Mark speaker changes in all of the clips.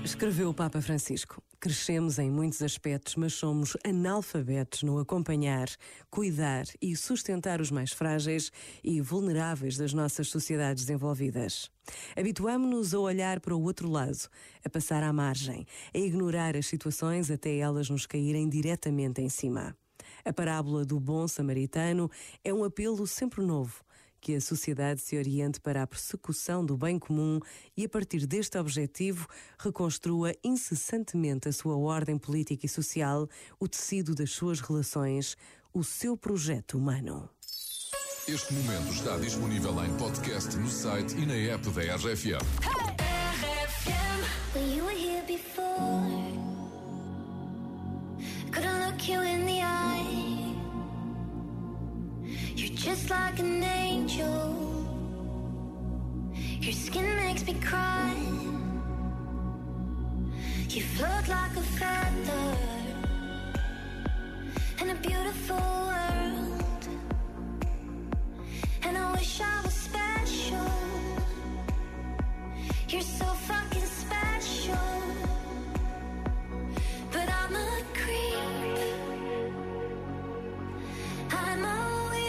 Speaker 1: Escreveu o Papa Francisco: crescemos em muitos aspectos, mas somos analfabetos no acompanhar, cuidar e sustentar os mais frágeis e vulneráveis das nossas sociedades desenvolvidas. Habituamo-nos a olhar para o outro lado, a passar à margem, a ignorar as situações até elas nos caírem diretamente em cima. A parábola do bom samaritano é um apelo sempre novo, que a sociedade se oriente para a persecução do bem comum e, a partir deste objetivo, reconstrua incessantemente a sua ordem política e social, o tecido das suas relações, o seu projeto humano.
Speaker 2: Este momento está disponível em podcast no site e na app da RFM.
Speaker 3: When you were here before, couldn't look you in the eye. You're just like an angel. Your skin makes me cry. You float like a feather in a beautiful world. And I wish I was special. You're so fucking special. But I'm a creep. I'm a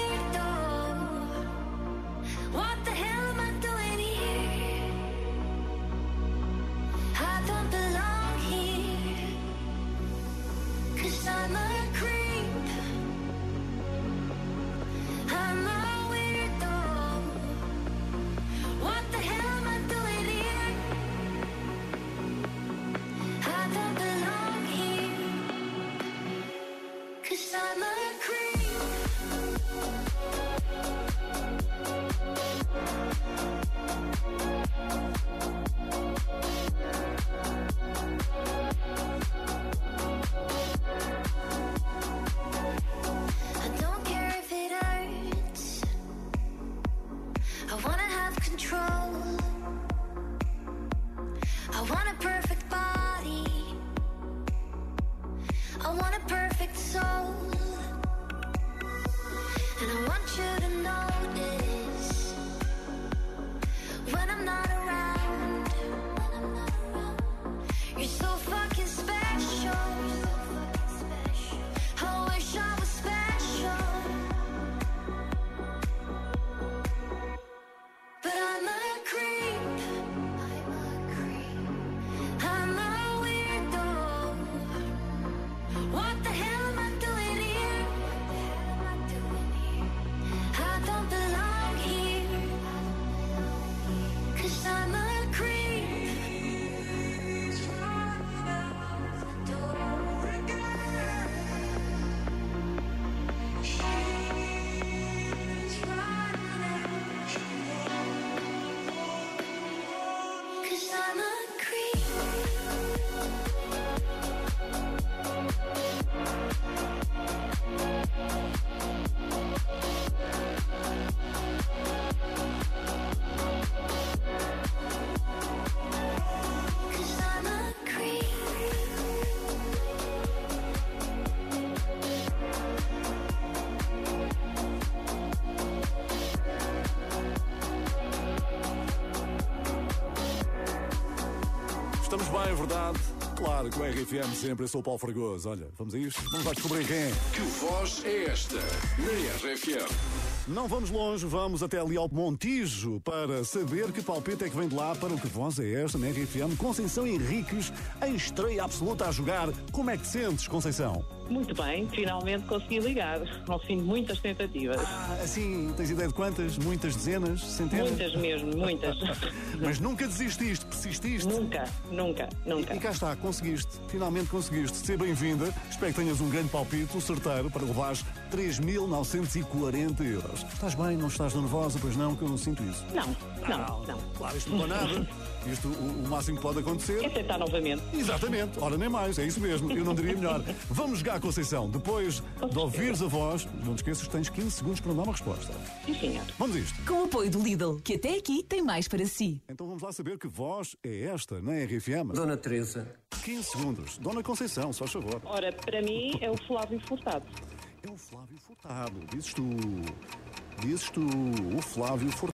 Speaker 3: I'm a creep. I'm a weirdo. What the hell am I doing here? I don't belong here. 'Cause I'm a creep. I want a perfect body. I want a perfect soul. And I want you to notice when I'm not around. You're so fucking special. I wish I was special. But I'm a creep. I'm a weirdo. What the hell am I doing here? I don't belong here. 'Cause I'm a creep. I'm a creep.
Speaker 4: Estamos bem, é verdade? Claro que o RFM sempre, eu sou o Paulo Fragoso. Olha, vamos a isto? Vamos lá descobrir quem é.
Speaker 2: Que voz é esta na RFM?
Speaker 4: Não vamos longe, vamos até ali ao Montijo para saber que palpite é que vem de lá para o Que Voz é Esta na RFM. Conceição Henriques, em estreia absoluta a jogar. Como é que te sentes, Conceição?
Speaker 5: Muito bem, finalmente consegui ligar, ao fim de muitas tentativas.
Speaker 4: Assim, tens ideia de quantas? Muitas dezenas? Centenas?
Speaker 5: Muitas mesmo, muitas.
Speaker 4: Mas nunca desististe, persististe?
Speaker 5: Nunca.
Speaker 4: E cá está, conseguiste, finalmente conseguiste. Seja bem-vinda, espero que tenhas um grande palpite, um certeiro, para levares 3.940 euros. Estás bem, não estás nervosa, pois não, que eu não sinto isso.
Speaker 5: Não.
Speaker 4: Claro, isto não é nada. Isto, o máximo que pode acontecer...
Speaker 5: É tentar novamente.
Speaker 4: Exatamente, ora nem mais, é isso mesmo, eu não diria melhor. Vamos jogar, Conceição, depois de ouvires a voz, não te esqueças que tens 15 segundos para dar uma resposta.
Speaker 5: Sim, senhor.
Speaker 4: Vamos a isto.
Speaker 6: Com o apoio do Lidl, que até aqui tem mais para si.
Speaker 4: Então vamos lá saber que voz é esta na RFM.
Speaker 7: Dona Teresa.
Speaker 4: 15 segundos. Dona Conceição, só favor.
Speaker 5: Ora, para mim é o Flávio Furtado.
Speaker 4: É o Flávio Furtado, dizes tu. O Flávio Furtado.